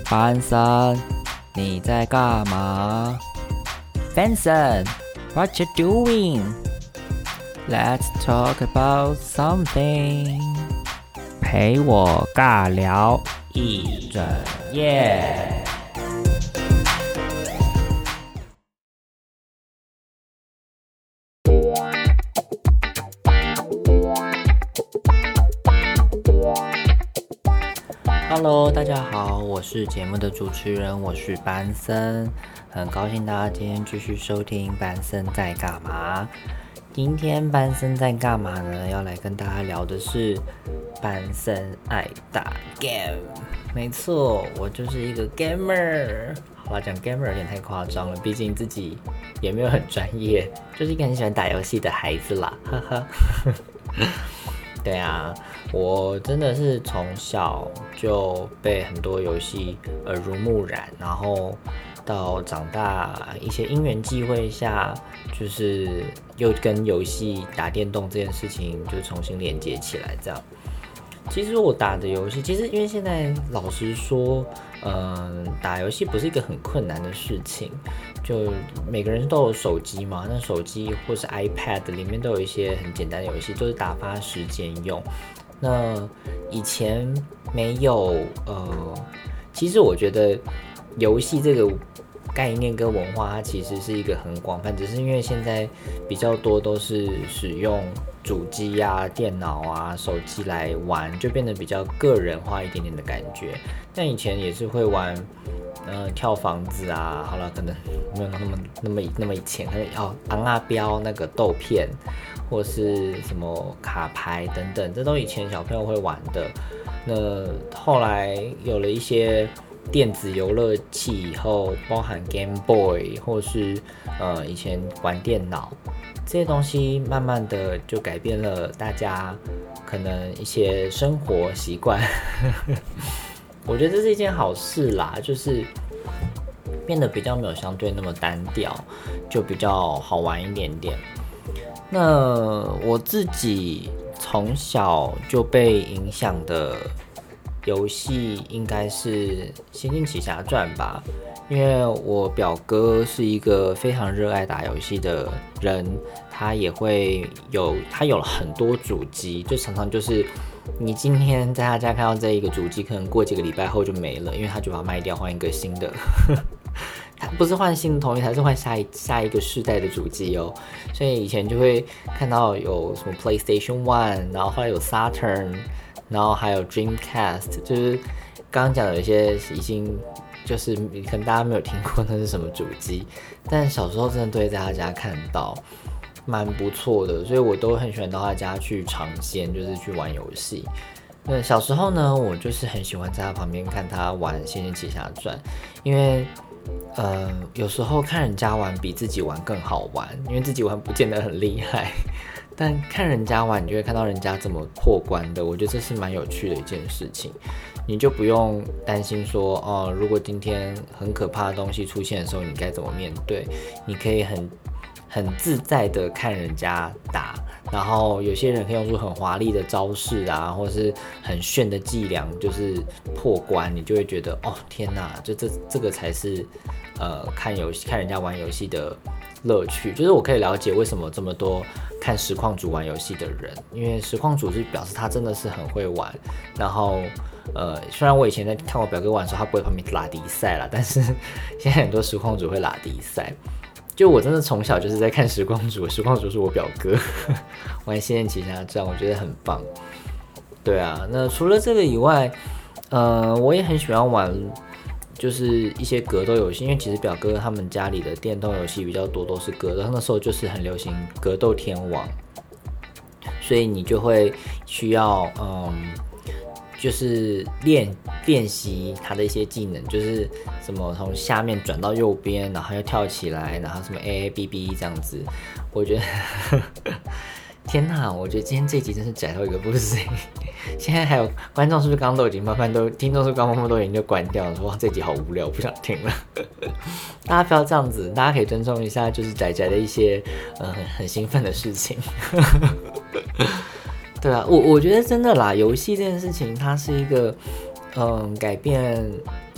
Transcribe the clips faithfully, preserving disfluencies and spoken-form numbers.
班森，你在干嘛 ？Benson, what you doing? Let's talk about something. 陪我尬聊一整夜。Hello， 大家好，我是节目的主持人，我是班森，很高兴大家今天继续收听班森在干嘛。今天班森在干嘛呢？要来跟大家聊的是班森爱打 game。没错，我就是一个 gamer。好吧，讲 gamer 有点太夸张了，毕竟自己也没有很专业，就是一个很喜欢打游戏的孩子啦，呵呵。对啊，我真的是从小就被很多游戏耳濡目染，然后到长大一些因缘际会下，就是又跟游戏打电动这件事情就重新连接起来。这样，其实我打的游戏，其实因为现在老实说，嗯，打游戏不是一个很困难的事情。就每个人都有手机嘛，那手机或是 iPad 里面都有一些很简单的游戏，都是打发时间用。那以前没有，呃，其实我觉得游戏这个概念跟文化，它其实是一个很广泛，只是因为现在比较多都是使用主机啊、电脑啊、手机来玩，就变得比较个人化一点点的感觉。但以前也是会玩。呃，跳房子啊，好了，可能没有那么那么那么以前，可能哦，昂啊标那个豆片，或是什么卡牌等等，这都以前小朋友会玩的。那后来有了一些电子游乐器以后，包含 Game Boy 或是呃以前玩电脑这些东西，慢慢的就改变了大家可能一些生活习惯。我觉得这是一件好事啦，就是变得比较没有相对那么单调，就比较好玩一点点。那我自己从小就被影响的游戏应该是《仙境奇侠传》吧，因为我表哥是一个非常热爱打游戏的人，他也会有他有了很多主机，就常常就是你今天在他家看到这一个主机，可能过几个礼拜后就没了，因为他就把它卖掉，换一个新的。他不是换新的同一台，是换下一下一个世代的主机哦。所以以前就会看到有什么 PlayStation One， 然后后来有 Saturn， 然后还有 Dreamcast， 就是刚刚讲的有一些已经就是可能大家没有听过那是什么主机，但小时候真的都会在他家看到。蛮不错的，所以我都很喜欢到他家去尝鲜，就是去玩游戏。那小时候呢，我就是很喜欢在他旁边看他玩《仙剑奇侠传》，因为呃有时候看人家玩比自己玩更好玩，因为自己玩不见得很厉害，但看人家玩，你就会看到人家怎么破关的。我觉得这是蛮有趣的一件事情，你就不用担心说哦，如果今天很可怕的东西出现的时候，你该怎么面对？你可以很。很自在的看人家打，然后有些人可以用出很华丽的招式啊，或是很炫的伎俩，就是破关，你就会觉得哦天哪，就这这个才是呃看游戏看人家玩游戏的乐趣。就是我可以了解为什么这么多看实况主玩游戏的人，因为实况主是表示他真的是很会玩，然后呃虽然我以前在看我表哥玩的时候，他不会旁边拉迪赛啦，但是现在很多实况主会拉迪赛。就我真的从小就是在看实况主，实况主是我表哥，玩《仙剑奇侠传》，我觉得很棒。对啊，那除了这个以外，呃，我也很喜欢玩，就是一些格斗游戏，因为其实表哥他们家里的电动游戏比较多，都是格斗，那时候就是很流行格斗天王，所以你就会需要嗯。就是练练习他的一些技能，就是什么从下面转到右边，然后又跳起来，然后什么 A A B B 这样子。我觉得天哪，我觉得今天这集真是窄到一个不行。现在还有观众是不是刚刚都已经慢慢都，听众是不是刚刚慢慢都已经就关掉了，说哇这集好无聊，我不想听了。大家不要这样子，大家可以尊重一下，就是宅宅的一些呃很很兴奋的事情。对啊，我我觉得真的啦，游戏这件事情它是一个嗯改变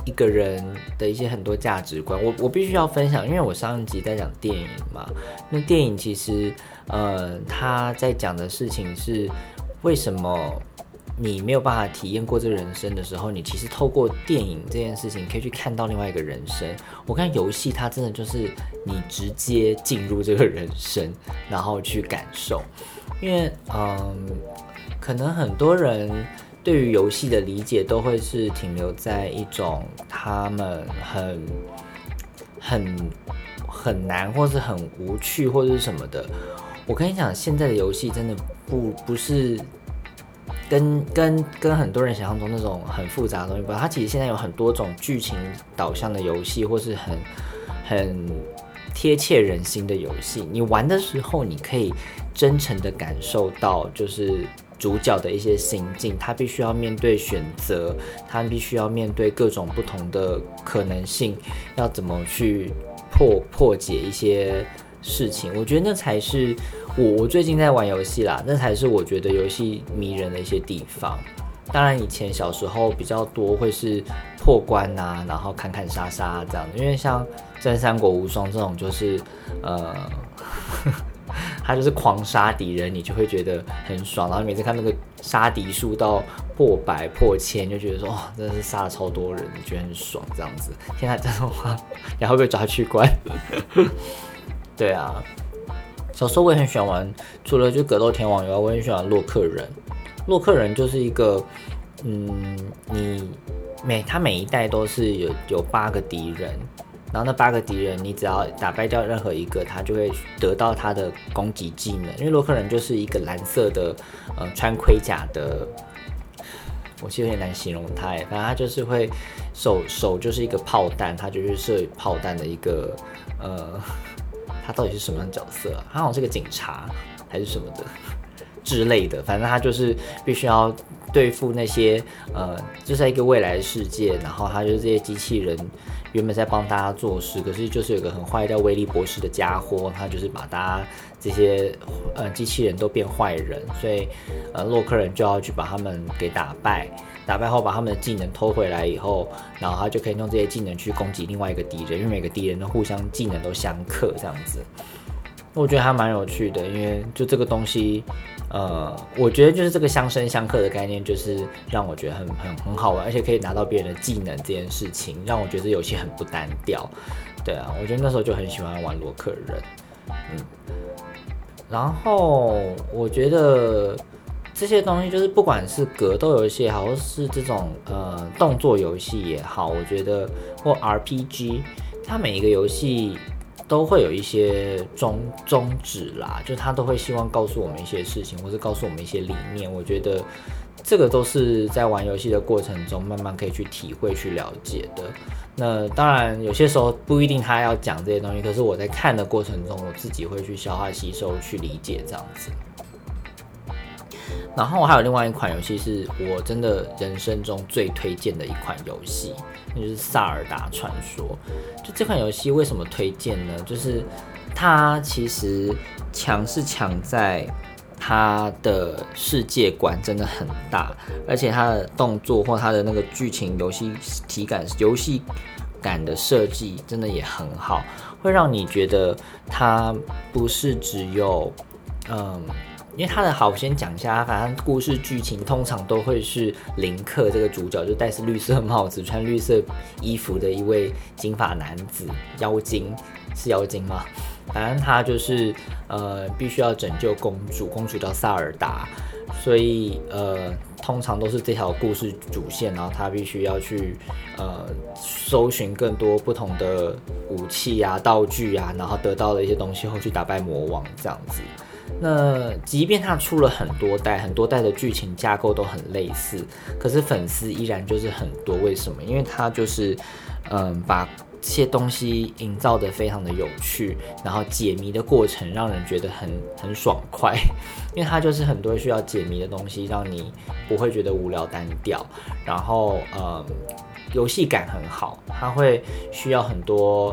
一个人的一些很多价值观，我我必须要分享，因为我上一集在讲电影嘛，那电影其实呃他在讲的事情是为什么你没有办法体验过这个人生的时候，你其实透过电影这件事情可以去看到另外一个人生。我看游戏它真的就是你直接进入这个人生，然后去感受，因为嗯，可能很多人对于游戏的理解都会是停留在一种他们很很很难，或是很无趣，或者是什么的。我跟你讲，现在的游戏真的不不是跟跟跟很多人想象中那种很复杂的东西不一样。它其实现在有很多种剧情导向的游戏，或是很很贴切人心的游戏。你玩的时候，你可以真诚的感受到，就是主角的一些心境，他必须要面对选择，他必须要面对各种不同的可能性，要怎么去破破解一些事情。我觉得那才是我我最近在玩游戏啦，那才是我觉得游戏迷人的一些地方。当然以前小时候比较多会是破关啊，然后砍砍杀杀这样的，因为像真三国无双这种就是呃他就是狂杀敌人，你就会觉得很爽，然后每次看那个杀敌数到破百破千，就觉得说哦，真的是杀了超多人，你觉得很爽这样子。现在这种话，然后被抓去关。对啊，小时候我也很喜欢玩，除了就格斗天王以外，我也很喜欢洛克人。洛克人就是一个，嗯，你每他每一代都是有有八个敌人。然后那八个敌人，你只要打败掉任何一个，他就会得到他的攻击技能。因为洛克人就是一个蓝色的，呃，穿盔甲的，我其实有点难形容他，反正他就是会手手就是一个炮弹，他就是射炮弹的一个，呃，他到底是什么样的角色啊？他好像是个警察还是什么的之类的，反正他就是必须要对付那些，呃，就是在一个未来的世界，然后他就是这些机器人。原本在帮大家做事，可是就是有个很坏叫威利博士的家伙，他就是把大家这些呃机器人都变坏人，所以呃洛克人就要去把他们给打败，打败后把他们的技能偷回来以后，然后他就可以用这些技能去攻击另外一个敌人，因为每个敌人都互相技能都相克这样子。我觉得还蛮有趣的，因为就这个东西，呃，我觉得就是这个相生相克的概念，就是让我觉得很很很好玩，而且可以拿到别人的技能这件事情，让我觉得游戏很不单调。对啊，我觉得那时候就很喜欢玩洛克人，嗯，然后我觉得这些东西就是不管是格斗游戏也好，或是这种呃动作游戏也好，我觉得或 R P G， 它每一个游戏都会有一些宗宗旨啦，就他都会希望告诉我们一些事情，或是告诉我们一些理念。我觉得这个都是在玩游戏的过程中慢慢可以去体会、去了解的。那当然，有些时候不一定他要讲这些东西，可是我在看的过程中，我自己会去消化、吸收、去理解这样子。然后我还有另外一款游戏是我真的人生中最推荐的一款游戏，那就是《萨尔达传说》。就这款游戏为什么推荐呢？就是它其实强是强在它的世界观真的很大，而且它的动作或它的那个剧情、游戏体感、游戏感的设计真的也很好，会让你觉得它不是只有嗯。因为他的好，我先讲一下，反正故事剧情通常都会是林克这个主角，就戴着绿色帽子、穿绿色衣服的一位金发男子，妖精是妖精吗？反正他就是呃必须要拯救公主，公主叫萨尔达，所以呃通常都是这条故事主线，然后他必须要去呃搜寻更多不同的武器啊、道具啊，然后得到的一些东西后去打败魔王这样子。那即便它出了很多代，很多代的剧情架构都很类似，可是粉丝依然就是很多。为什么？因为它就是嗯把这些东西营造得非常的有趣，然后解谜的过程让人觉得很很爽快，因为它就是很多需要解谜的东西，让你不会觉得无聊单调，然后嗯游戏感很好，它会需要很多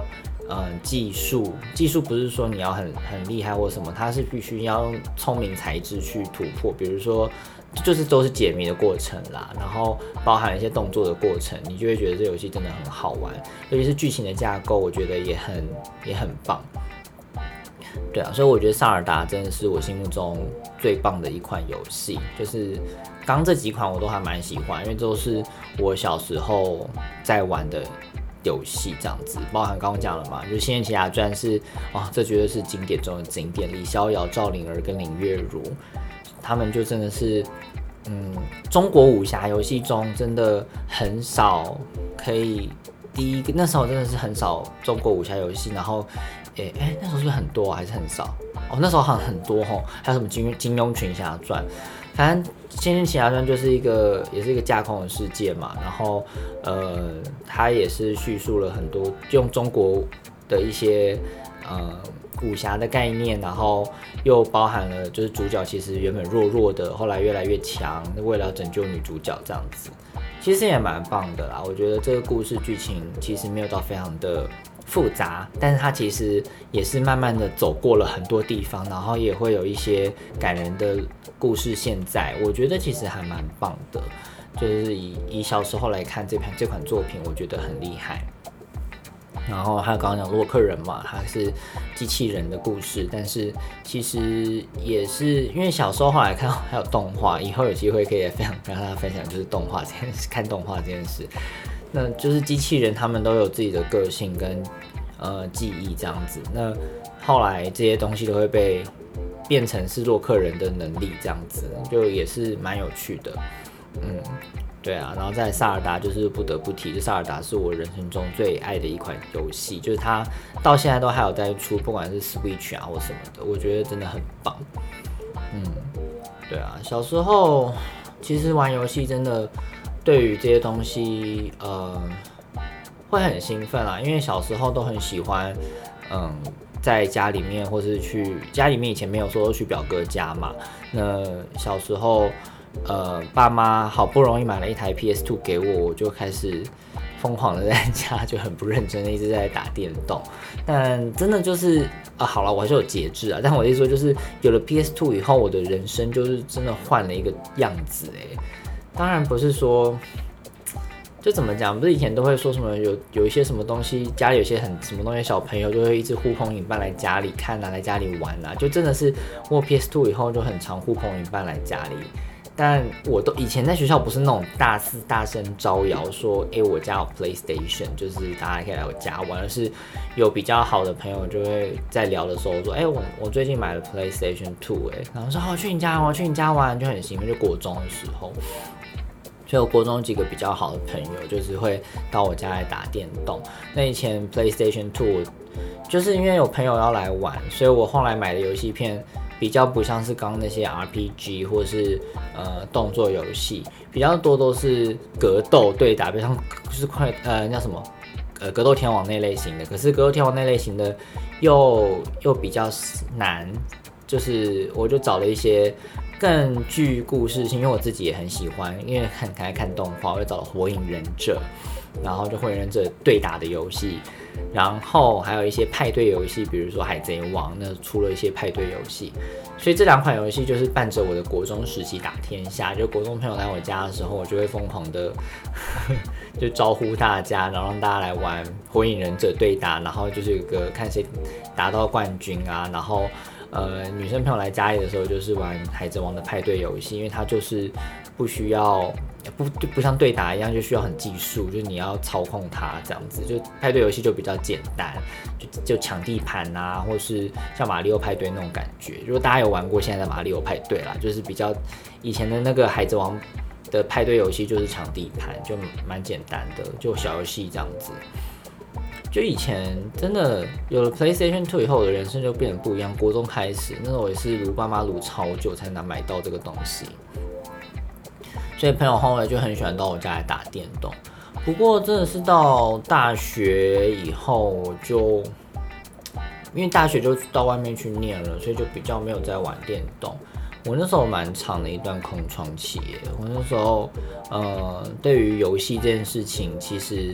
嗯技术，技术不是说你要很很厉害或什么，它是必须要用聪明才智去突破，比如说就是都是解谜的过程啦，然后包含一些动作的过程，你就会觉得这游戏真的很好玩，尤其是剧情的架构，我觉得也很也很棒。对啊，所以我觉得萨尔达真的是我心目中最棒的一款游戏，就是刚这几款我都还蛮喜欢，因为都是我小时候在玩的游戏这样子，包含刚刚讲了嘛，就是《仙剑奇侠传》是哇，这绝对是经典中的经典，李逍遥、赵灵儿跟林月如，他们就真的是，嗯，中国武侠游戏中真的很少可以第一个，那时候真的是很少中国武侠游戏，然后。诶、欸欸、那时候是不是很多、啊、还是很少？哦，那时候好像很多吼，还有什么金金庸群侠传，反正仙剑奇侠传就是一个也是一个架空的世界嘛，然后呃，它也是叙述了很多用中国的一些呃武侠的概念，然后又包含了就是主角其实原本弱弱的，后来越来越强，为了拯救女主角这样子，其实也蛮棒的啦。我觉得这个故事剧情其实没有到非常的复杂，但是它其实也是慢慢的走过了很多地方，然后也会有一些感人的故事线在，我觉得其实还蛮棒的。就是以以小时候来看这款这款作品，我觉得很厉害。然后还有刚刚讲洛克人嘛，它是机器人的故事，但是其实也是因为小时候后来看到还有动画，以后有机会可以分享跟大家分享，就是动画这件事，看动画这件事。那就是机器人他们都有自己的个性跟呃记忆这样子，那后来这些东西都会被变成是洛克人的能力这样子，就也是蛮有趣的。嗯，对啊，然后在萨尔达就是不得不提，就萨尔达是我人生中最爱的一款游戏，就是它到现在都还有在出，不管是 Switch 啊或什么的，我觉得真的很棒。嗯，对啊，小时候其实玩游戏真的对于这些东西，呃，会很兴奋啦，因为小时候都很喜欢，嗯，在家里面或是去家里面以前没有说去表哥家嘛，那小时候。呃，爸妈好不容易买了一台 P S 二 给我，我就开始疯狂的在家就很不认真的一直在打电动。但真的就是啊，好了，我还是有节制啊。但我的意思说，就是有了 P S 二 以后，我的人生就是真的换了一个样子哎。当然不是说，就怎么讲，不是以前都会说什么有有一些什么东西，家里有些很什么东西，小朋友就会一直呼朋引伴来家里看啊，来家里玩啊，就真的是我有 P S 二 以后就很常呼朋引伴来家里。但我都以前在学校不是那种大肆大声招摇说，哎、欸，我家有 PlayStation， 就是大家可以来我家玩，而是有比较好的朋友就会在聊的时候说，哎、欸，我我最近买了 PlayStation 二，哎，然后说好去你家玩，去你家玩，就很兴奋，就国中的时候。所以我国中几个比较好的朋友，就是会到我家来打电动。那以前 PlayStation 二，就是因为有朋友要来玩，所以我后来买的游戏片比较不像是刚刚那些 R P G 或是呃动作游戏，比较多都是格斗对打，比如像就是快呃叫什么呃格斗天王那类型的。可是格斗天王那类型的又又比较难，就是我就找了一些更具故事性，因为我自己也很喜欢，因为很爱看动画，我就找了火影忍者，然后就火影忍者对打的游戏，然后还有一些派对游戏，比如说海贼王，那出了一些派对游戏，所以这两款游戏就是伴着我的国中时期打天下。就国中朋友来我家的时候，我就会疯狂的就招呼大家，然后让大家来玩火影忍者对打，然后就是有个看谁打到冠军啊，然后呃女生朋友来家里的时候就是玩海贼王的派对游戏，因为它就是不需要不就不像对打一样就需要很技术，就是你要操控它这样子，就派对游戏就比较简单，就就抢地盘啊，或是像马里奥派对那种感觉。如果大家有玩过现在的马里奥派对啦，就是比较以前的那个海贼王的派对游戏就是抢地盘，就蛮简单的，就小游戏这样子。就以前真的有了 PlayStation 二以后，我的人生就变得不一样。国中开始，那时候我也是撸爸妈撸超久才能买到这个东西，所以朋友后来就很喜欢到我家来打电动。不过真的是到大学以后，我就因为大学就到外面去念了，所以就比较没有在玩电动。我那时候蛮长的一段空窗期耶，我那时候呃，对于游戏这件事情，其实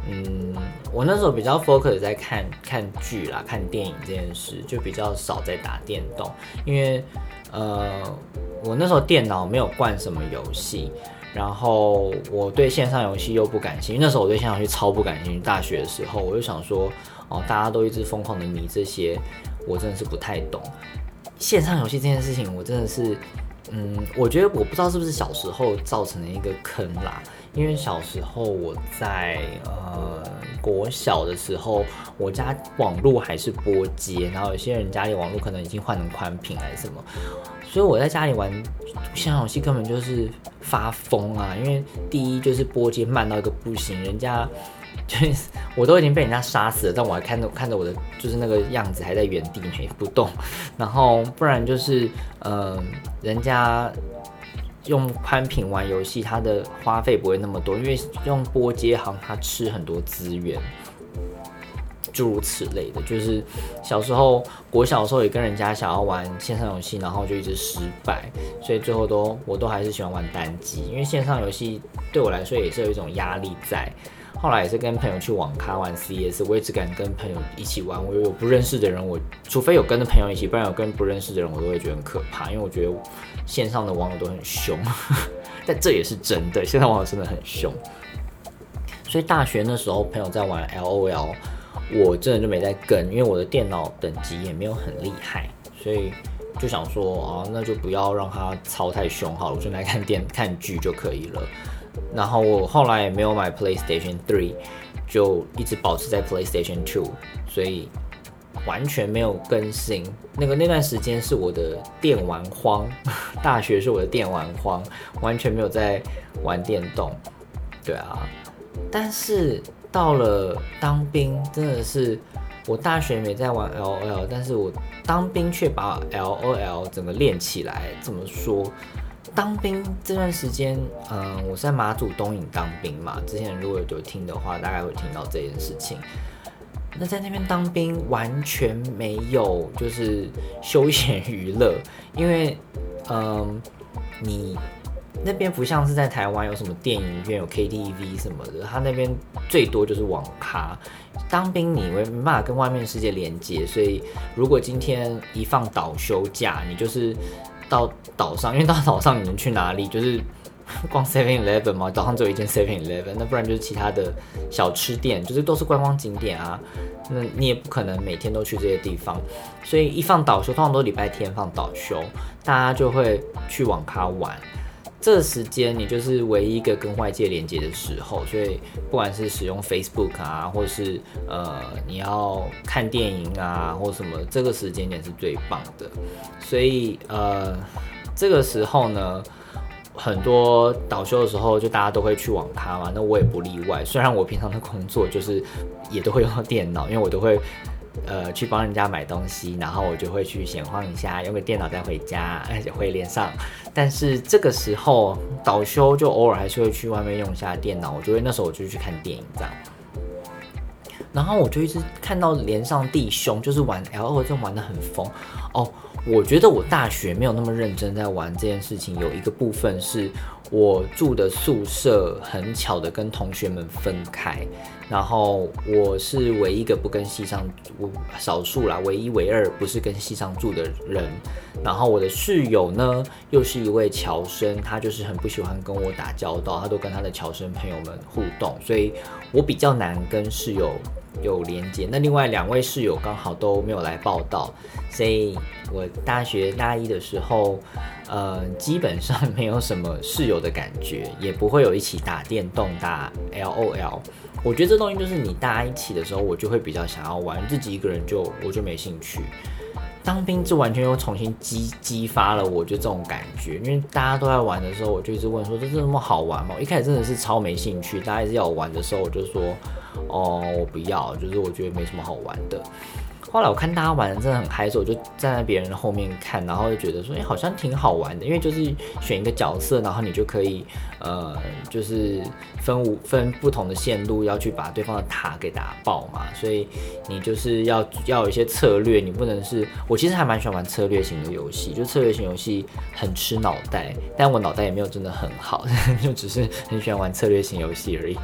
嗯，我那时候比较 focus 在看看剧啦、看电影这件事，就比较少在打电动，因为呃，我那时候电脑没有灌什么游戏，然后我对线上游戏又不感兴趣。那时候我对线上游戏超不感兴趣，大学的时候我就想说，哦，大家都一直疯狂的迷这些，我真的是不太懂。线上游戏这件事情，我真的是。嗯，我觉得我不知道是不是小时候造成的一个坑啦，因为小时候我在呃国小的时候，我家网络还是拨接，然后有些人家里网络可能已经换成宽频还是什么，所以我在家里玩线上游戏根本就是发疯啊！因为第一就是拨接慢到一个不行，人家。就是我都已经被人家杀死了，但我还看着看着我的就是那个样子还在原地没不动，然后不然就是呃人家用宽屏玩游戏，它的花费不会那么多，因为用拨接行它吃很多资源，诸如此类的。就是小时候国小的时候也跟人家想要玩线上游戏，然后就一直失败，所以最后都我都还是喜欢玩单机，因为线上游戏对我来说也是有一种压力在。后来也是跟朋友去网咖玩 C S， 我也只敢跟朋友一起玩。我有不认识的人，我除非有跟着朋友一起，不然有跟不认识的人，我都会觉得很可怕，因为我觉得线上的网友都很凶。但这也是真的，线上网友真的很凶。所以大学那时候朋友在玩 L O L， 我真的就没在跟，因为我的电脑等级也没有很厉害，所以就想说啊，那就不要让他操太凶好了，我就来看电看剧就可以了。然后我后来也没有买 PlayStation 三，就一直保持在 PlayStation 二，所以完全没有更新。那个那段时间是我的电玩荒，大学是我的电玩荒，完全没有在玩电动。对啊，但是到了当兵，真的是我大学没在玩 L O L， 但是我当兵却把 L O L 整个练起来。怎么说？当兵这段时间，嗯，我是在马祖东引当兵嘛。之前如果有听的话，大概会听到这件事情。那在那边当兵完全没有就是休闲娱乐，因为，嗯，你那边不像是在台湾有什么电影院、有 K T V 什么的，他那边最多就是网咖。当兵你没办法跟外面世界连接，所以如果今天一放岛休假，你就是到岛上，因为到岛上你能去哪里？就是逛 seven eleven 嘛，岛上只有一间 seven eleven， 那不然就是其他的小吃店，就是都是观光景点啊。那你也不可能每天都去这些地方，所以一放岛休，通常都礼拜天放岛休，大家就会去网咖玩。这时间你就是唯一一个跟外界连接的时候，所以不管是使用 Facebook 啊，或是呃你要看电影啊，或什么，这个时间点是最棒的。所以呃这个时候呢，很多岛休的时候，就大家都会去网咖嘛，那我也不例外。虽然我平常的工作就是也都会用到电脑，因为我都会。呃，去帮人家买东西，然后我就会去闲晃一下，用个电脑带回家，而且会连上。但是这个时候岛休就偶尔还是会去外面用一下电脑，我就会那时候我就去看电影这样。然后我就一直看到连上弟兄，就是玩 L O L 就玩得很疯哦。我觉得我大学没有那么认真在玩这件事情，有一个部分是我住的宿舍很巧的跟同学们分开，然后我是唯一一个不跟系上，我少数啦，唯一唯二不是跟系上住的人。然后我的室友呢，又是一位侨生，他就是很不喜欢跟我打交道，他都跟他的侨生朋友们互动，所以我比较难跟室友有连接。那另外两位室友刚好都没有来报道，所以我大学大一的时候，呃，基本上没有什么室友的感觉，也不会有一起打电动、打 L O L。我觉得这东西就是你大家一起的时候，我就会比较想要玩，自己一个人就我就没兴趣。当兵就完全又重新激激发了我就这种感觉，因为大家都在玩的时候，我就一直问说这真的那么好玩吗？我一开始真的是超没兴趣，大家一直要我玩的时候，我就说哦我不要，就是我觉得没什么好玩的。后来我看大家玩的真的很嗨，所以我就站在别人的后面看，然后就觉得说，哎、欸，好像挺好玩的，因为就是选一个角色，然后你就可以，呃，就是分五分不同的线路要去把对方的塔给打爆嘛，所以你就是要要有一些策略，你不能是，我其实还蛮喜欢玩策略型的游戏，就策略型游戏很吃脑袋，但我脑袋也没有真的很好，就只是很喜欢玩策略型游戏而已。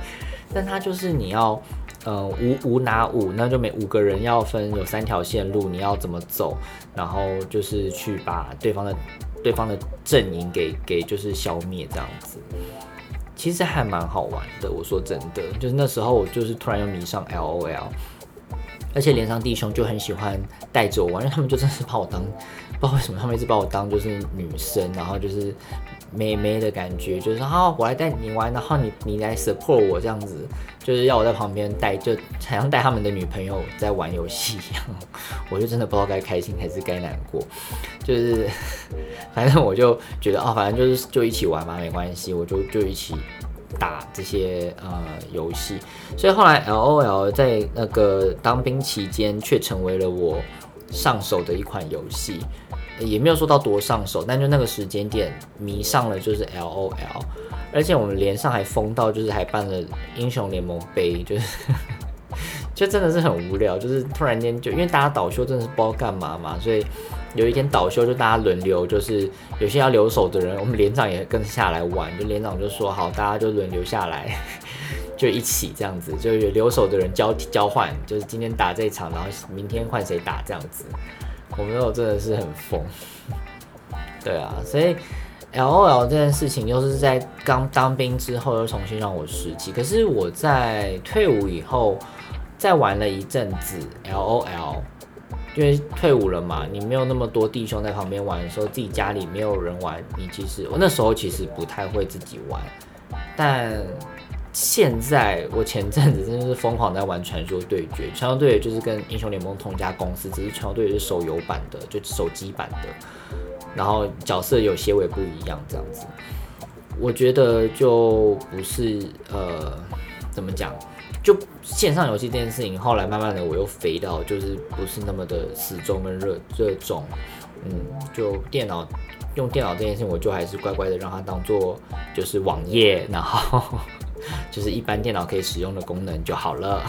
但它就是你要呃五五拿五，那就每五个人要分有三条线路，你要怎么走，然后就是去把对方的对方的阵营给给就是消灭这样子。其实还蛮好玩的，我说真的，就是那时候我就是突然又迷上 L O L， 而且连上弟兄就很喜欢带着我玩，因为他们就真的是把我当，不知道为什么他们一直把我当就是女生，然后就是妹妹的感觉，就是好，我来带你玩，然后你你来 support 我这样子，就是要我在旁边带，就好像带他们的女朋友在玩游戏一样，我就真的不知道该开心还是该难过，就是反正我就觉得哦，反正就是就一起玩嘛，没关系，我就就一起打这些呃游戏，所以后来 L O L 在那个当兵期间却成为了我上手的一款游戏，也没有说到多上手，但就那个时间点迷上了就是 L O L， 而且我们连上还疯到就是还办了英雄联盟杯，就是就真的是很无聊，就是突然间就因为大家倒休真的是不知道干嘛嘛，所以有一天倒休就大家轮流，就是有些要留守的人，我们连长也跟下来玩，就连长就说好，大家就轮流下来，就一起这样子，就有留守的人交交换，就是今天打这一场，然后明天换谁打这样子。我们都真的是很疯，对啊，所以 L O L 这件事情又是在刚当兵之后又重新让我拾起。可是我在退伍以后，再玩了一阵子 L O L。因为退伍了嘛，你没有那么多弟兄在旁边玩的时候，自己家里没有人玩，你其实我那时候其实不太会自己玩，但现在我前阵子真的是疯狂在玩传说对决，传说对决就是跟英雄联盟同家公司，只是传说对决是手游版的，就手机版的，然后角色有些微不一样这样子，我觉得就不是呃怎么讲。就线上游戏这件事情，后来慢慢的我又飞到，就是不是那么的死忠跟热热衷，嗯，就电脑用电脑这件事情，我就还是乖乖的让它当做就是网页，然后就是一般电脑可以使用的功能就好了。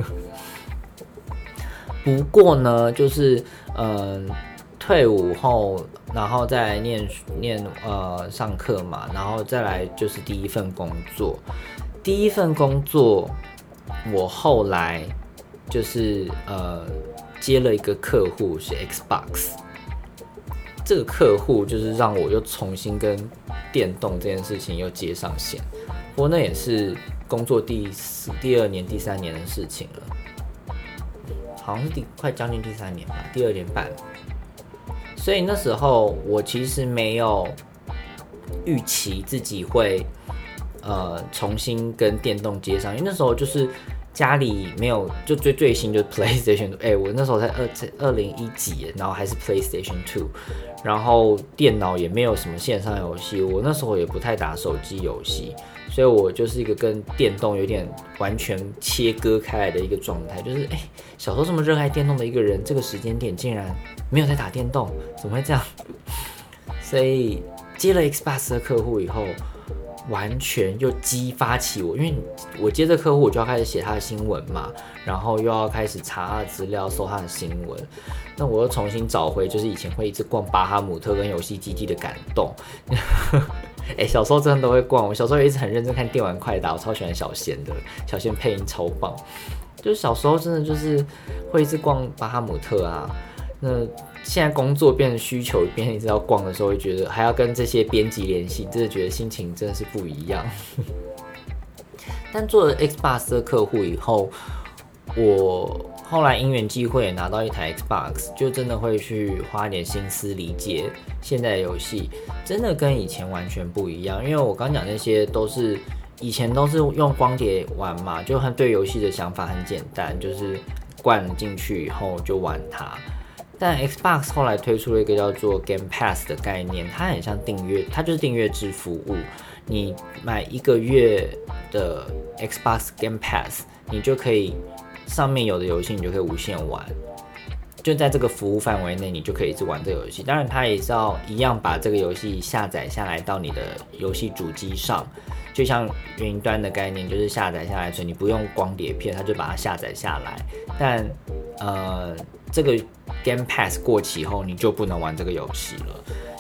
不过呢，就是嗯，退伍后，然后再来念念呃上课嘛，然后再来就是第一份工作，第一份工作。我后来就是呃接了一个客户是 Xbox， 这个客户就是让我又重新跟电动这件事情又接上线。不过那也是工作第四、第二年、第三年的事情了，好像是第快将近第三年吧，第二年半。所以那时候我其实没有预期自己会。呃，重新跟电动接上，因为那时候就是家里没有，就最最新就是 PlayStation 二，哎、欸，我那时候才二二零一几，然后还是 PlayStation 二，然后电脑也没有什么线上游戏，我那时候也不太打手机游戏，所以我就是一个跟电动有点完全切割开来的一个状态，就是哎、欸，小时候这么热爱电动的一个人，这个时间点竟然没有在打电动，怎么会这样？所以接了 Xbox 的客户以后。完全又激发起我，因为我接着客户，我就要开始写他的新闻嘛，然后又要开始查他的资料，搜他的新闻。那我又重新找回，就是以前会一直逛巴哈姆特跟游戏基地的感动。哎、欸，小时候真的都会逛，我小时候也一直很认真看电玩快打，我超喜欢小仙的，小仙配音超棒。就是小时候真的就是会一直逛巴哈姆特啊，那。现在工作变成需求，变成一直要逛的时候，会觉得还要跟这些编辑联系，真的觉得心情真的是不一样。但做了 Xbox 的客户以后，我后来因缘际会也拿到一台 Xbox， 就真的会去花一点心思理解现在的游戏，真的跟以前完全不一样。因为我刚讲那些都是以前都是用光碟玩嘛，就很对游戏的想法很简单，就是灌进去以后就玩它。但 Xbox 后来推出了一个叫做 Game Pass 的概念，它很像订阅，它就是订阅制服务。你买一个月的 Xbox Game Pass， 你就可以上面有的游戏你就可以无限玩，就在这个服务范围内，你就可以一直玩这个游戏。当然，它也是要一样把这个游戏下载下来到你的游戏主机上，就像云端的概念，就是下载下来，所以你不用光碟片，它就把它下载下来。但呃，这个 Game Pass 过期后，你就不能玩这个游戏了。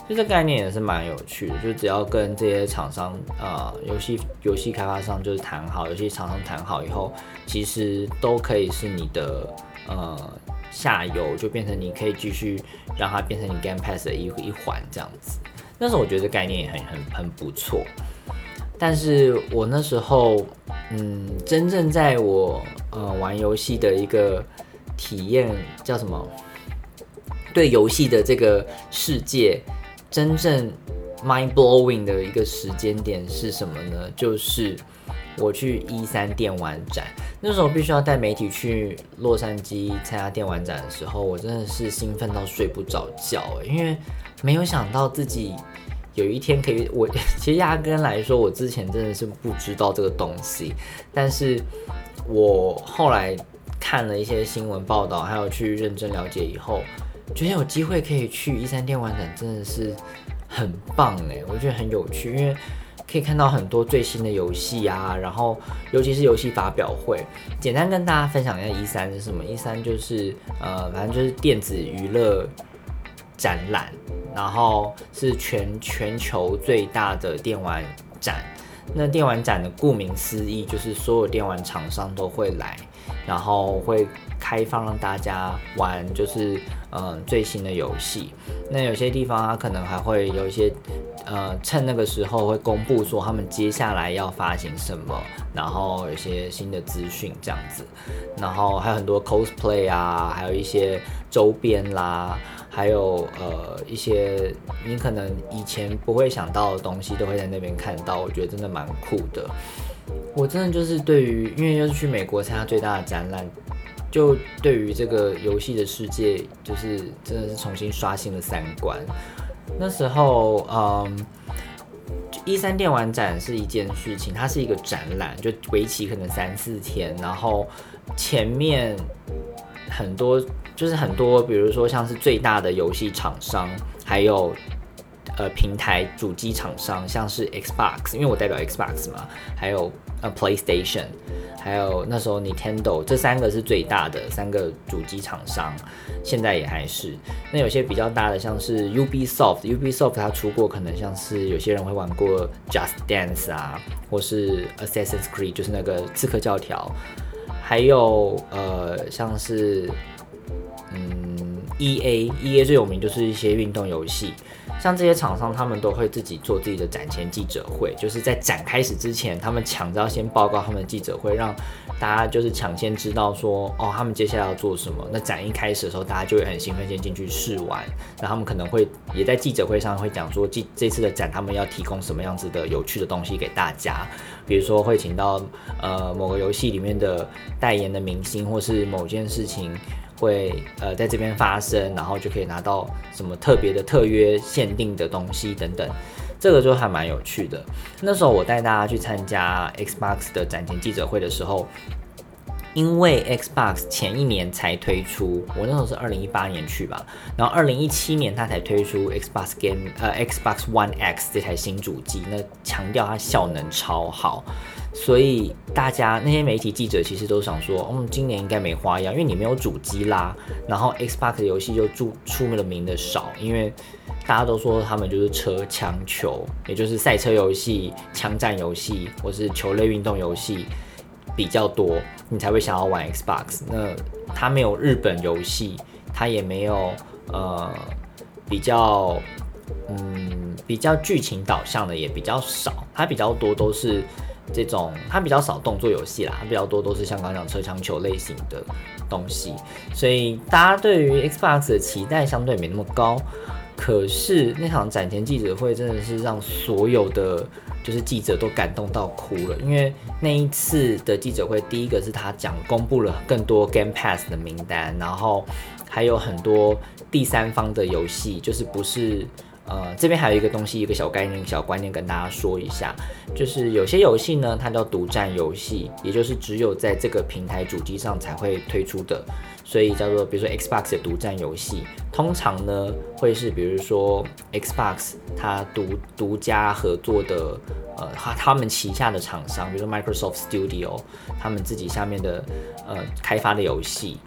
就这概念也是蛮有趣的，就只要跟这些厂商呃游戏游戏开发商就是谈好，游戏厂商谈好以后，其实都可以是你的呃下游，就变成你可以继续让它变成你 Game Pass 的一一环这样子。那时候我觉得这概念也很很很不错，但是我那时候嗯真正在我呃玩游戏的一个体验叫什么？对游戏的这个世界。真正 mind blowing 的一个时间点是什么呢？就是我去一三电玩展，那时候必须要带媒体去洛杉矶参加电玩展的时候，我真的是兴奋到睡不着觉，因为没有想到自己有一天可以，我其实压根来说，我之前真的是不知道这个东西，但是我后来看了一些新闻报道，还有去认真了解以后。觉得有机会可以去一三电玩展真的是很棒哎，我觉得很有趣，因为可以看到很多最新的游戏啊，然后尤其是游戏发表会。简单跟大家分享一下一三是什么，一三就是呃，反正就是电子娱乐展览，然后是全全球最大的电玩展。那电玩展的顾名思义，就是所有电玩厂商都会来，然后会开放让大家玩，就是嗯最新的游戏。那有些地方它可能还会有一些呃趁那个时候会公布说他们接下来要发行什么，然后有一些新的资讯这样子。然后还有很多 cosplay 啊，还有一些周边啦。还有呃一些你可能以前不会想到的东西都会在那边看到，我觉得真的蛮酷的。我真的就是对于，因为又是去美国参加最大的展览，就对于这个游戏的世界，就是真的是重新刷新了三观。那时候，嗯，一三电玩展是一件事情，它是一个展览，就为期可能三四天，然后前面很多。就是很多，比如说像是最大的游戏厂商，还有呃平台主机厂商，像是 Xbox， 因为我代表 Xbox 嘛，还有呃 PlayStation， 还有那时候 Nintendo， 这三个是最大的三个主机厂商，现在也还是。那有些比较大的，像是 Ubisoft，Ubisoft 它出过可能像是有些人会玩过 Just Dance 啊，或是 Assassin's Creed， 就是那个刺客教条，还有呃像是。嗯 ，E A，E A 最有名就是一些运动游戏，像这些厂商他们都会自己做自己的展前记者会，就是在展开始之前，他们抢着要先报告他们的记者会，让大家就是抢先知道说，哦，他们接下来要做什么。那展一开始的时候，大家就会很兴奋，先进去试玩，然后他们可能会也在记者会上会讲说，这这次的展他们要提供什么样子的有趣的东西给大家，比如说会请到呃某个游戏里面的代言的明星，或是某件事情。会呃在这边发生，然后就可以拿到什么特别的特约限定的东西等等，这个就还蛮有趣的。那时候我带大家去参加 Xbox 的展前记者会的时候，因为 Xbox 前一年才推出，我那时候是二零一八年去吧，然后二零一七年它才推出 Xbox Game 呃 Xbox One X 这台新主机，那强调它效能超好。所以大家那些媒体记者其实都想说，嗯，今年应该没花样，因为你没有主机啦。然后 Xbox 的游戏就出出了名的少，因为大家都说他们就是车枪球，也就是赛车游戏、枪战游戏或是球类运动游戏比较多，你才会想要玩 Xbox。那它没有日本游戏，它也没有呃比较嗯比较剧情导向的也比较少，它比较多都是。这种它比较少动作游戏啦，它比较多都是像刚刚讲车枪球类型的东西，所以大家对于 Xbox 的期待相对没那么高。可是那场展前记者会真的是让所有的就是记者都感动到哭了，因为那一次的记者会，第一个是他讲公布了更多 Game Pass 的名单，然后还有很多第三方的游戏，就是不是。呃，这边还有一个东西，一个小概念、小观念跟大家说一下，就是有些游戏呢，它叫独占游戏，也就是只有在这个平台主机上才会推出的，所以叫做比如说 Xbox 的独占游戏，通常呢会是比如说 Xbox 它独独家合作的，呃，他们旗下的厂商，比如说 Microsoft Studio， 他们自己下面的呃开发的游戏。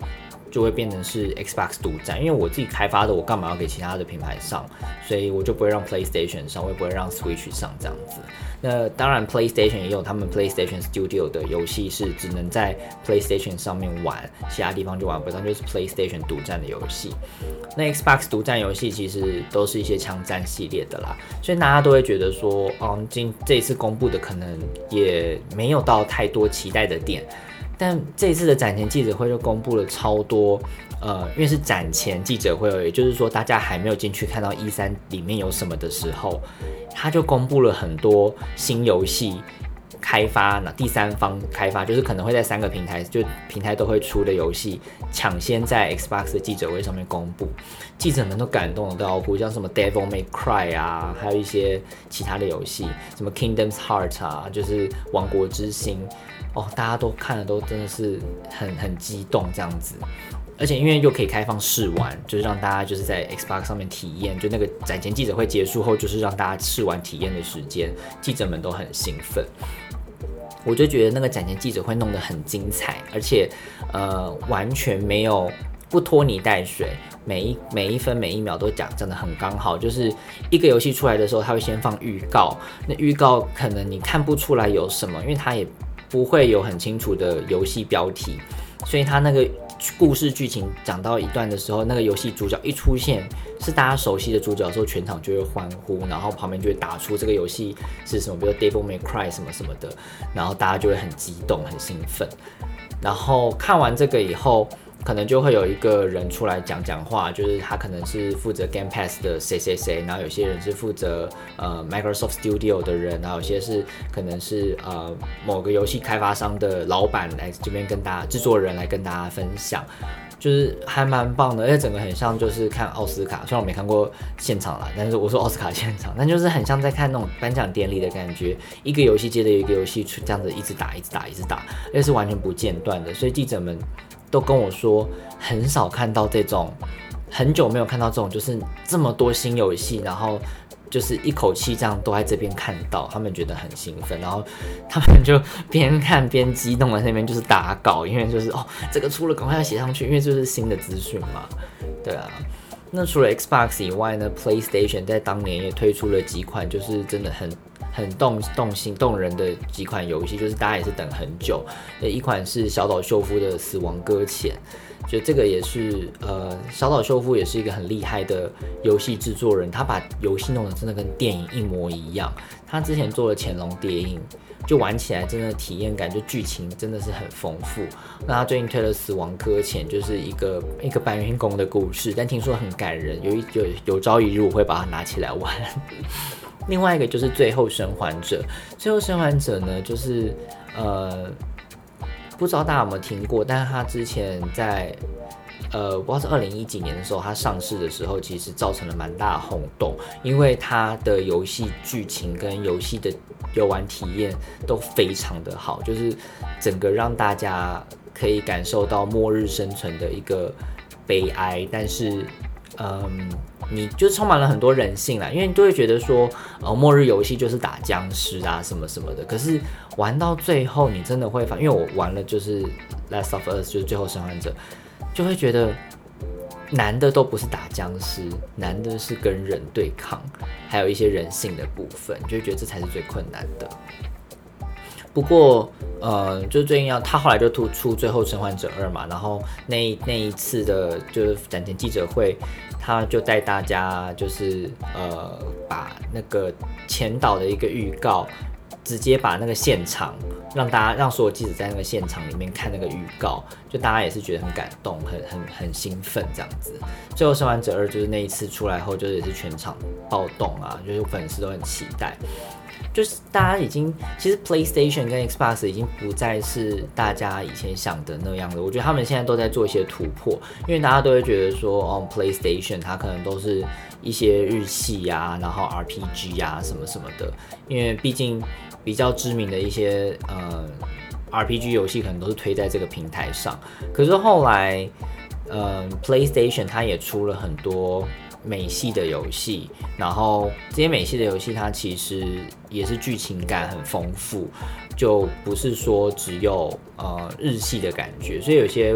就会变成是 Xbox 独占，因为我自己开发的，我干嘛要给其他的品牌上？所以我就不会让 PlayStation 上，我也不会让 Switch 上这样子。那当然 PlayStation 也有他们 PlayStation Studio 的游戏是只能在 PlayStation 上面玩，其他地方就玩不到，就是 PlayStation 独占的游戏。那 Xbox 独占游戏其实都是一些枪战系列的啦，所以大家都会觉得说，嗯，今这一次公布的可能也没有到太多期待的点。但这一次的展前记者会就公布了超多，呃，因为是展前记者会，也就是说大家还没有进去看到 E 三 里面有什么的时候，他就公布了很多新游戏开发，第三方开发，就是可能会在三个平台，就平台都会出的游戏，抢先在 Xbox 的记者会上面公布，记者们都感动的都要哭，像什么 Devil May Cry 啊，还有一些其他的游戏，什么 Kingdom's Heart 啊，就是王国之心。哦，大家都看了都真的是很很激动这样子，而且因为又可以开放试玩，就是让大家就是在 Xbox 上面体验，就那个展前记者会结束后，就是让大家试玩体验的时间，记者们都很兴奋。我就觉得那个展前记者会弄得很精彩，而且呃完全没有不拖泥带水，每一每一分每一秒都讲真的很刚好，就是一个游戏出来的时候，他会先放预告，那预告可能你看不出来有什么，因为它也不会有很清楚的游戏标题，所以他那个故事剧情讲到一段的时候，那个游戏主角一出现是大家熟悉的主角的时候，全场就会欢呼，然后旁边就会打出这个游戏是什么，比如 Devil May Cry 什么什么的，然后大家就会很激动很兴奋。然后看完这个以后，可能就会有一个人出来讲讲话，就是他可能是负责 Game Pass 的谁谁谁，然后有些人是负责呃 Microsoft Studio 的人，然后有些是可能是呃某个游戏开发商的老板来这边跟大家制作人来跟大家分享，就是还蛮棒的，而且整个很像就是看奥斯卡，虽然我没看过现场啦，但是我说奥斯卡现场，但就是很像在看那种颁奖典礼的感觉，一个游戏接着一个游戏这样子一直打一直打一直打，而且是完全不间断的，所以记者们都跟我说很少看到这种，很久没有看到这种就是这么多新游戏，然后就是一口气这样都在这边看到，他们觉得很兴奋，然后他们就边看边激动的那边就是打稿，因为就是哦这个出了赶快要写上去，因为就是新的资讯嘛，对啊。那除了 Xbox 以外呢 ，PlayStation 在当年也推出了几款就是真的很很动动心动人的几款游戏，就是大家也是等很久。一款是小岛秀夫的《死亡搁浅》，就这个也是呃，小岛秀夫也是一个很厉害的游戏制作人，他把游戏弄得真的跟电影一模一样。他之前做了《潜龙谍影》，就玩起来真的体验感，就剧情真的是很丰富。那他最近推了《死亡搁浅》，就是一个一个搬运工的故事，但听说很感人，有一有有朝一日我会把它拿起来玩。另外一个就是《最后生还者》，《最后生还者》呢，就是呃，不知道大家有没有听过，但是他之前在呃，不知道是二零一几年的时候，他上市的时候，其实造成了蛮大的轰动，因为他的游戏剧情跟游戏的游玩体验都非常的好，就是整个让大家可以感受到末日生存的一个悲哀，但是嗯。你就充满了很多人性啦，因为你就会觉得说，呃，末日游戏就是打僵尸啊什么什么的。可是玩到最后，你真的会发，因为我玩了就是 Last of Us， 就是最后生还者，就会觉得难的都不是打僵尸，难的是跟人对抗，还有一些人性的部分，就会觉得这才是最困难的。不过，呃，就最近要他后来就突出《最后生还者二》嘛，然后那那一次的就是展前记者会，他就带大家就是呃把那个前导的一个预告，直接把那个现场让大家让所有记者在那个现场里面看那个预告，就大家也是觉得很感动，很很很兴奋这样子。《最后生还者二》就是那一次出来后，就是也是全场暴动啊，就是粉丝都很期待。就是大家已经，其实 PlayStation 跟 Xbox 已经不再是大家以前想的那样的。我觉得他们现在都在做一些突破，因为大家都会觉得说，哦 ，PlayStation 它可能都是一些日系啊，然后 R P G 啊什么什么的。因为毕竟比较知名的一些呃 R P G 游戏可能都是推在这个平台上。可是后来，呃 ，PlayStation 它也出了很多美系的游戏，然后这些美系的游戏它其实也是剧情感很丰富，就不是说只有呃日系的感觉，所以有些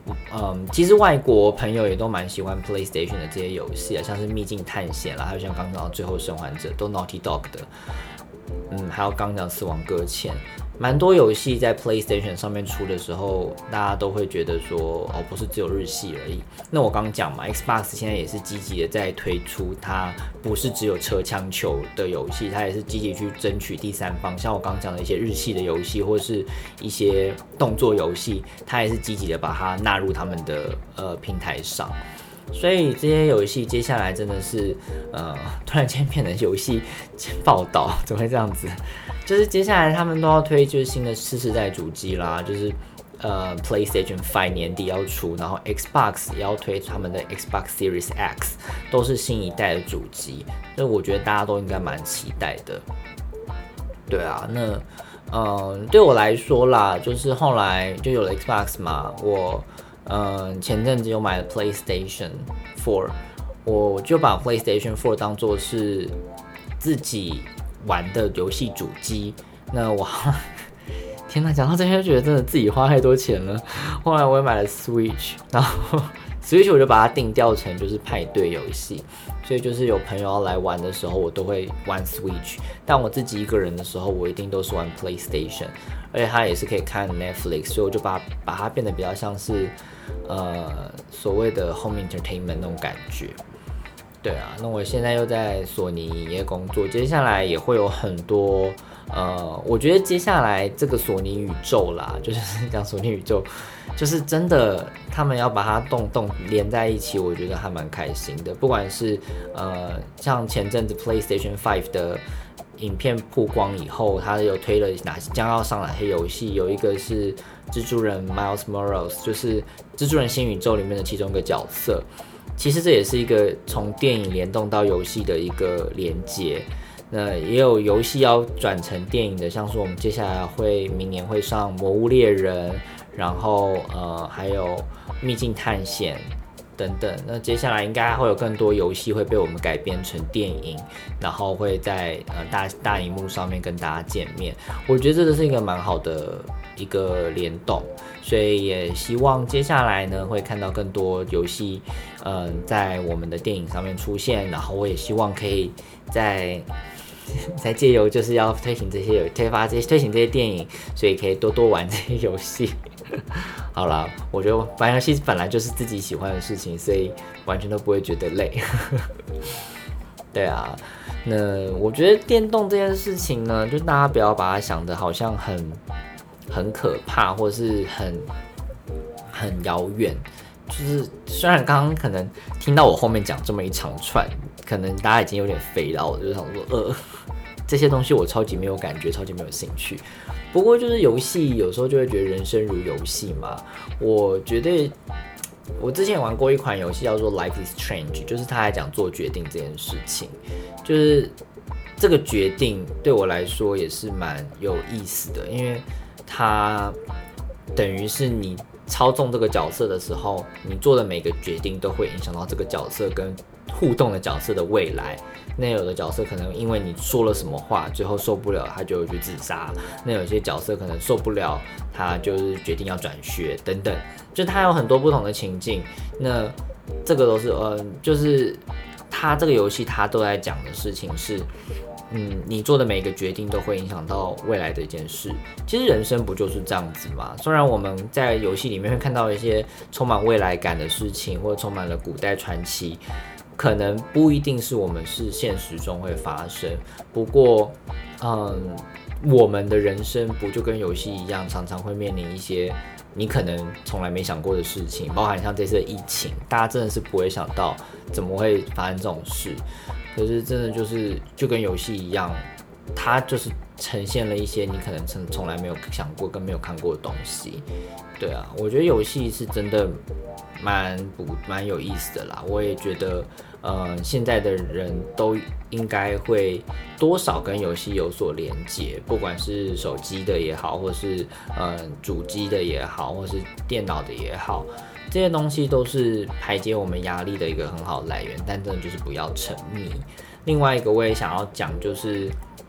嗯，其实外国朋友也都蛮喜欢 PlayStation 的这些游戏啊，像是《秘境探险》啦，还有像刚刚讲的《最后生还者》都 Naughty Dog 的，嗯，还有刚刚讲《死亡搁浅》，蛮多游戏在 PlayStation 上面出的时候，大家都会觉得说，哦，不是只有日系而已。那我刚刚讲嘛 ，Xbox 现在也是积极的在推出，它不是只有车枪球的游戏，它也是积极去争取第三方，像我刚刚讲的一些日系的游戏，或是一些动作游戏，它也是积极的把它纳入他们的呃平台上。所以这些游戏接下来真的是，呃，突然间变成游戏报道，怎么会这样子？就是接下来他们都要推就是新的次世代主机啦，就是呃 PlayStation 五年底要出，然后 Xbox 也要推他们的 Xbox Series X， 都是新一代的主机，所以我觉得大家都应该蛮期待的。对啊，那呃对我来说啦，就是后来就有了 Xbox 嘛，我。嗯，前阵子有买了 PlayStation 四，我就把 PlayStation 四当作是自己玩的游戏主机。那我，天哪，讲到这边就觉得真的自己花太多钱了。后来我也买了 Switch， 然后 Switch 我就把它定调成就是派对游戏，所以就是有朋友要来玩的时候，我都会玩 Switch。但我自己一个人的时候，我一定都是玩 PlayStation， 而且它也是可以看 Netflix， 所以我就把把它变得比较像是。呃，所谓的 home entertainment 那种感觉，对啊。那我现在又在索尼影业工作，接下来也会有很多呃，我觉得接下来这个索尼宇宙啦，就是讲索尼宇宙，就是真的他们要把它动动连在一起，我觉得还蛮开心的。不管是呃，像前阵子 PlayStation 五的。影片曝光以后，他有推了哪将要上哪些游戏？有一个是蜘蛛人 Miles Morales， 就是蜘蛛人新宇宙里面的其中一个角色。其实这也是一个从电影联动到游戏的一个连接。那也有游戏要转成电影的，像是我们接下来会明年会上《魔物猎人》，然后呃还有《秘境探险》。等等，那接下来应该会有更多游戏会被我们改编成电影，然后会在呃大大荧幕上面跟大家见面。我觉得这个是一个蛮好的一个联动，所以也希望接下来呢会看到更多游戏，嗯、呃，在我们的电影上面出现。然后我也希望可以在在借由就是要推行这些推发这些推行这些电影，所以可以多多玩这些游戏。好啦，我觉得玩游戏本来就是自己喜欢的事情，所以完全都不会觉得累。对啊，那我觉得电动这件事情呢，就大家不要把它想得好像很很可怕，或是很很遥远。就是虽然刚刚可能听到我后面讲这么一长串，可能大家已经有点肥了，我就想说，呃，这些东西我超级没有感觉，超级没有兴趣。不过就是游戏有时候就会觉得人生如游戏嘛，我觉得我之前玩过一款游戏叫做 Life is Strange， 就是它来讲做决定这件事情，就是这个决定对我来说也是蛮有意思的，因为它等于是你操纵这个角色的时候，你做的每个决定都会影响到这个角色跟互动的角色的未来。那有的角色可能因为你说了什么话，最后受不了，他就会去自杀。那有些角色可能受不了，他就是决定要转学等等，就他有很多不同的情境。那这个都是呃，就是他这个游戏他都在讲的事情是，嗯，你做的每一个决定都会影响到未来的一件事。其实人生不就是这样子吗？虽然我们在游戏里面会看到一些充满未来感的事情，或者充满了古代传奇。可能不一定是我们是现实中会发生，不过，嗯，我们的人生不就跟游戏一样，常常会面临一些你可能从来没想过的事情，包含像这次的疫情，大家真的是不会想到怎么会发生这种事，可是真的就是就跟游戏一样，它就是呈现了一些你可能从从来没有想过跟没有看过的东西。对啊，我觉得游戏是真的蛮不蛮有意思的啦。我也觉得，呃，现在的人都应该会多少跟游戏有所连接，不管是手机的也好，或是呃主机的也好，或是电脑的也好，这些东西都是排解我们压力的一个很好的来源，但真的就是不要沉迷。另外一个我也想要讲，就是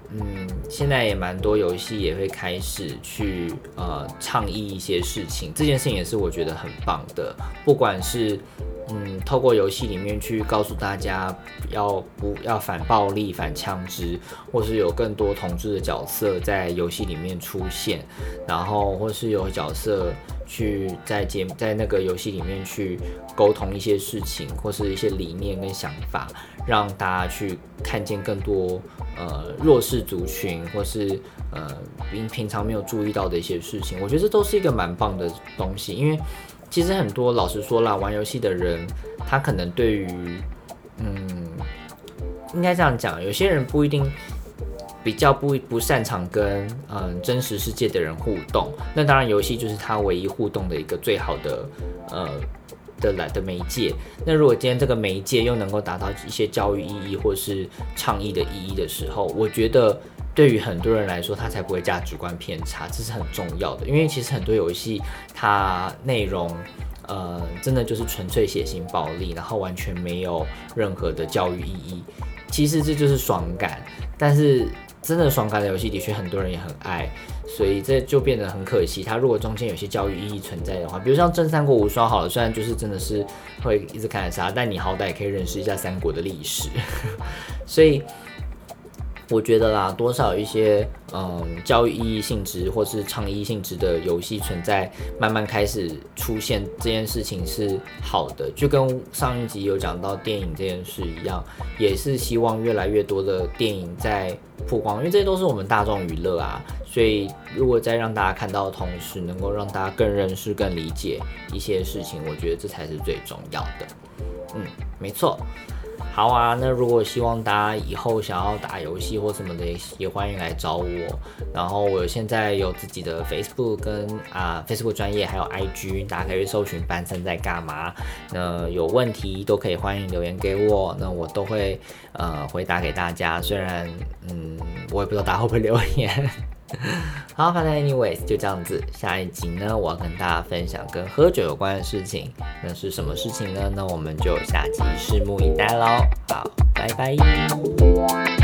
嗯，现在也蛮多游戏也会开始去呃倡议一些事情，这件事情也是我觉得很棒的。不管是嗯透过游戏里面去告诉大家要不要反暴力、反枪支，或是有更多同志的角色在游戏里面出现，然后或是有角色去在节在那个游戏里面去沟通一些事情，或是一些理念跟想法，让大家去看见更多呃弱势族群，或是呃平平常没有注意到的一些事情。我觉得这都是一个蛮棒的东西，因为其实很多老实说啦，玩游戏的人他可能对于嗯应该这样讲，有些人不一定。比较不不擅长跟嗯真实世界的人互动，那当然游戏就是他唯一互动的一个最好的呃的来的媒介。那如果今天这个媒介又能够达到一些教育意义或是倡议的意义的时候，我觉得对于很多人来说，它才不会价值观偏差，这是很重要的。因为其实很多游戏它内容呃真的就是纯粹血腥暴力，然后完全没有任何的教育意义。其实这就是爽感，但是真的爽感的游戏的确很多人也很爱，所以这就变得很可惜。它如果中间有些教育意义存在的话，比如像真三国无双好了，虽然就是真的是会一直砍杀，但你好歹也可以认识一下三国的历史。所以我觉得啦，多少有一些嗯教育意义性质或是倡议性质的游戏存在，慢慢开始出现，这件事情是好的。就跟上一集有讲到电影这件事一样，也是希望越来越多的电影在曝光，因为这些都是我们大众娱乐啊。所以如果在让大家看到的同时，能够让大家更认识、更理解一些事情，我觉得这才是最重要的。嗯，没错。好啊，那如果希望大家以后想要打游戏或什么的，也欢迎来找我。然后我现在有自己的 Facebook 跟啊 Facebook 专页，还有 I G， 大家可以搜寻班森在干嘛。那有问题都可以欢迎留言给我，那我都会呃回答给大家。虽然嗯我也不知道大家会不会留言。好，反正 anyways 就这样子。下一集呢，我要跟大家分享跟喝酒有关的事情。那是什么事情呢？那我们就下集拭目以待咯。好，拜拜。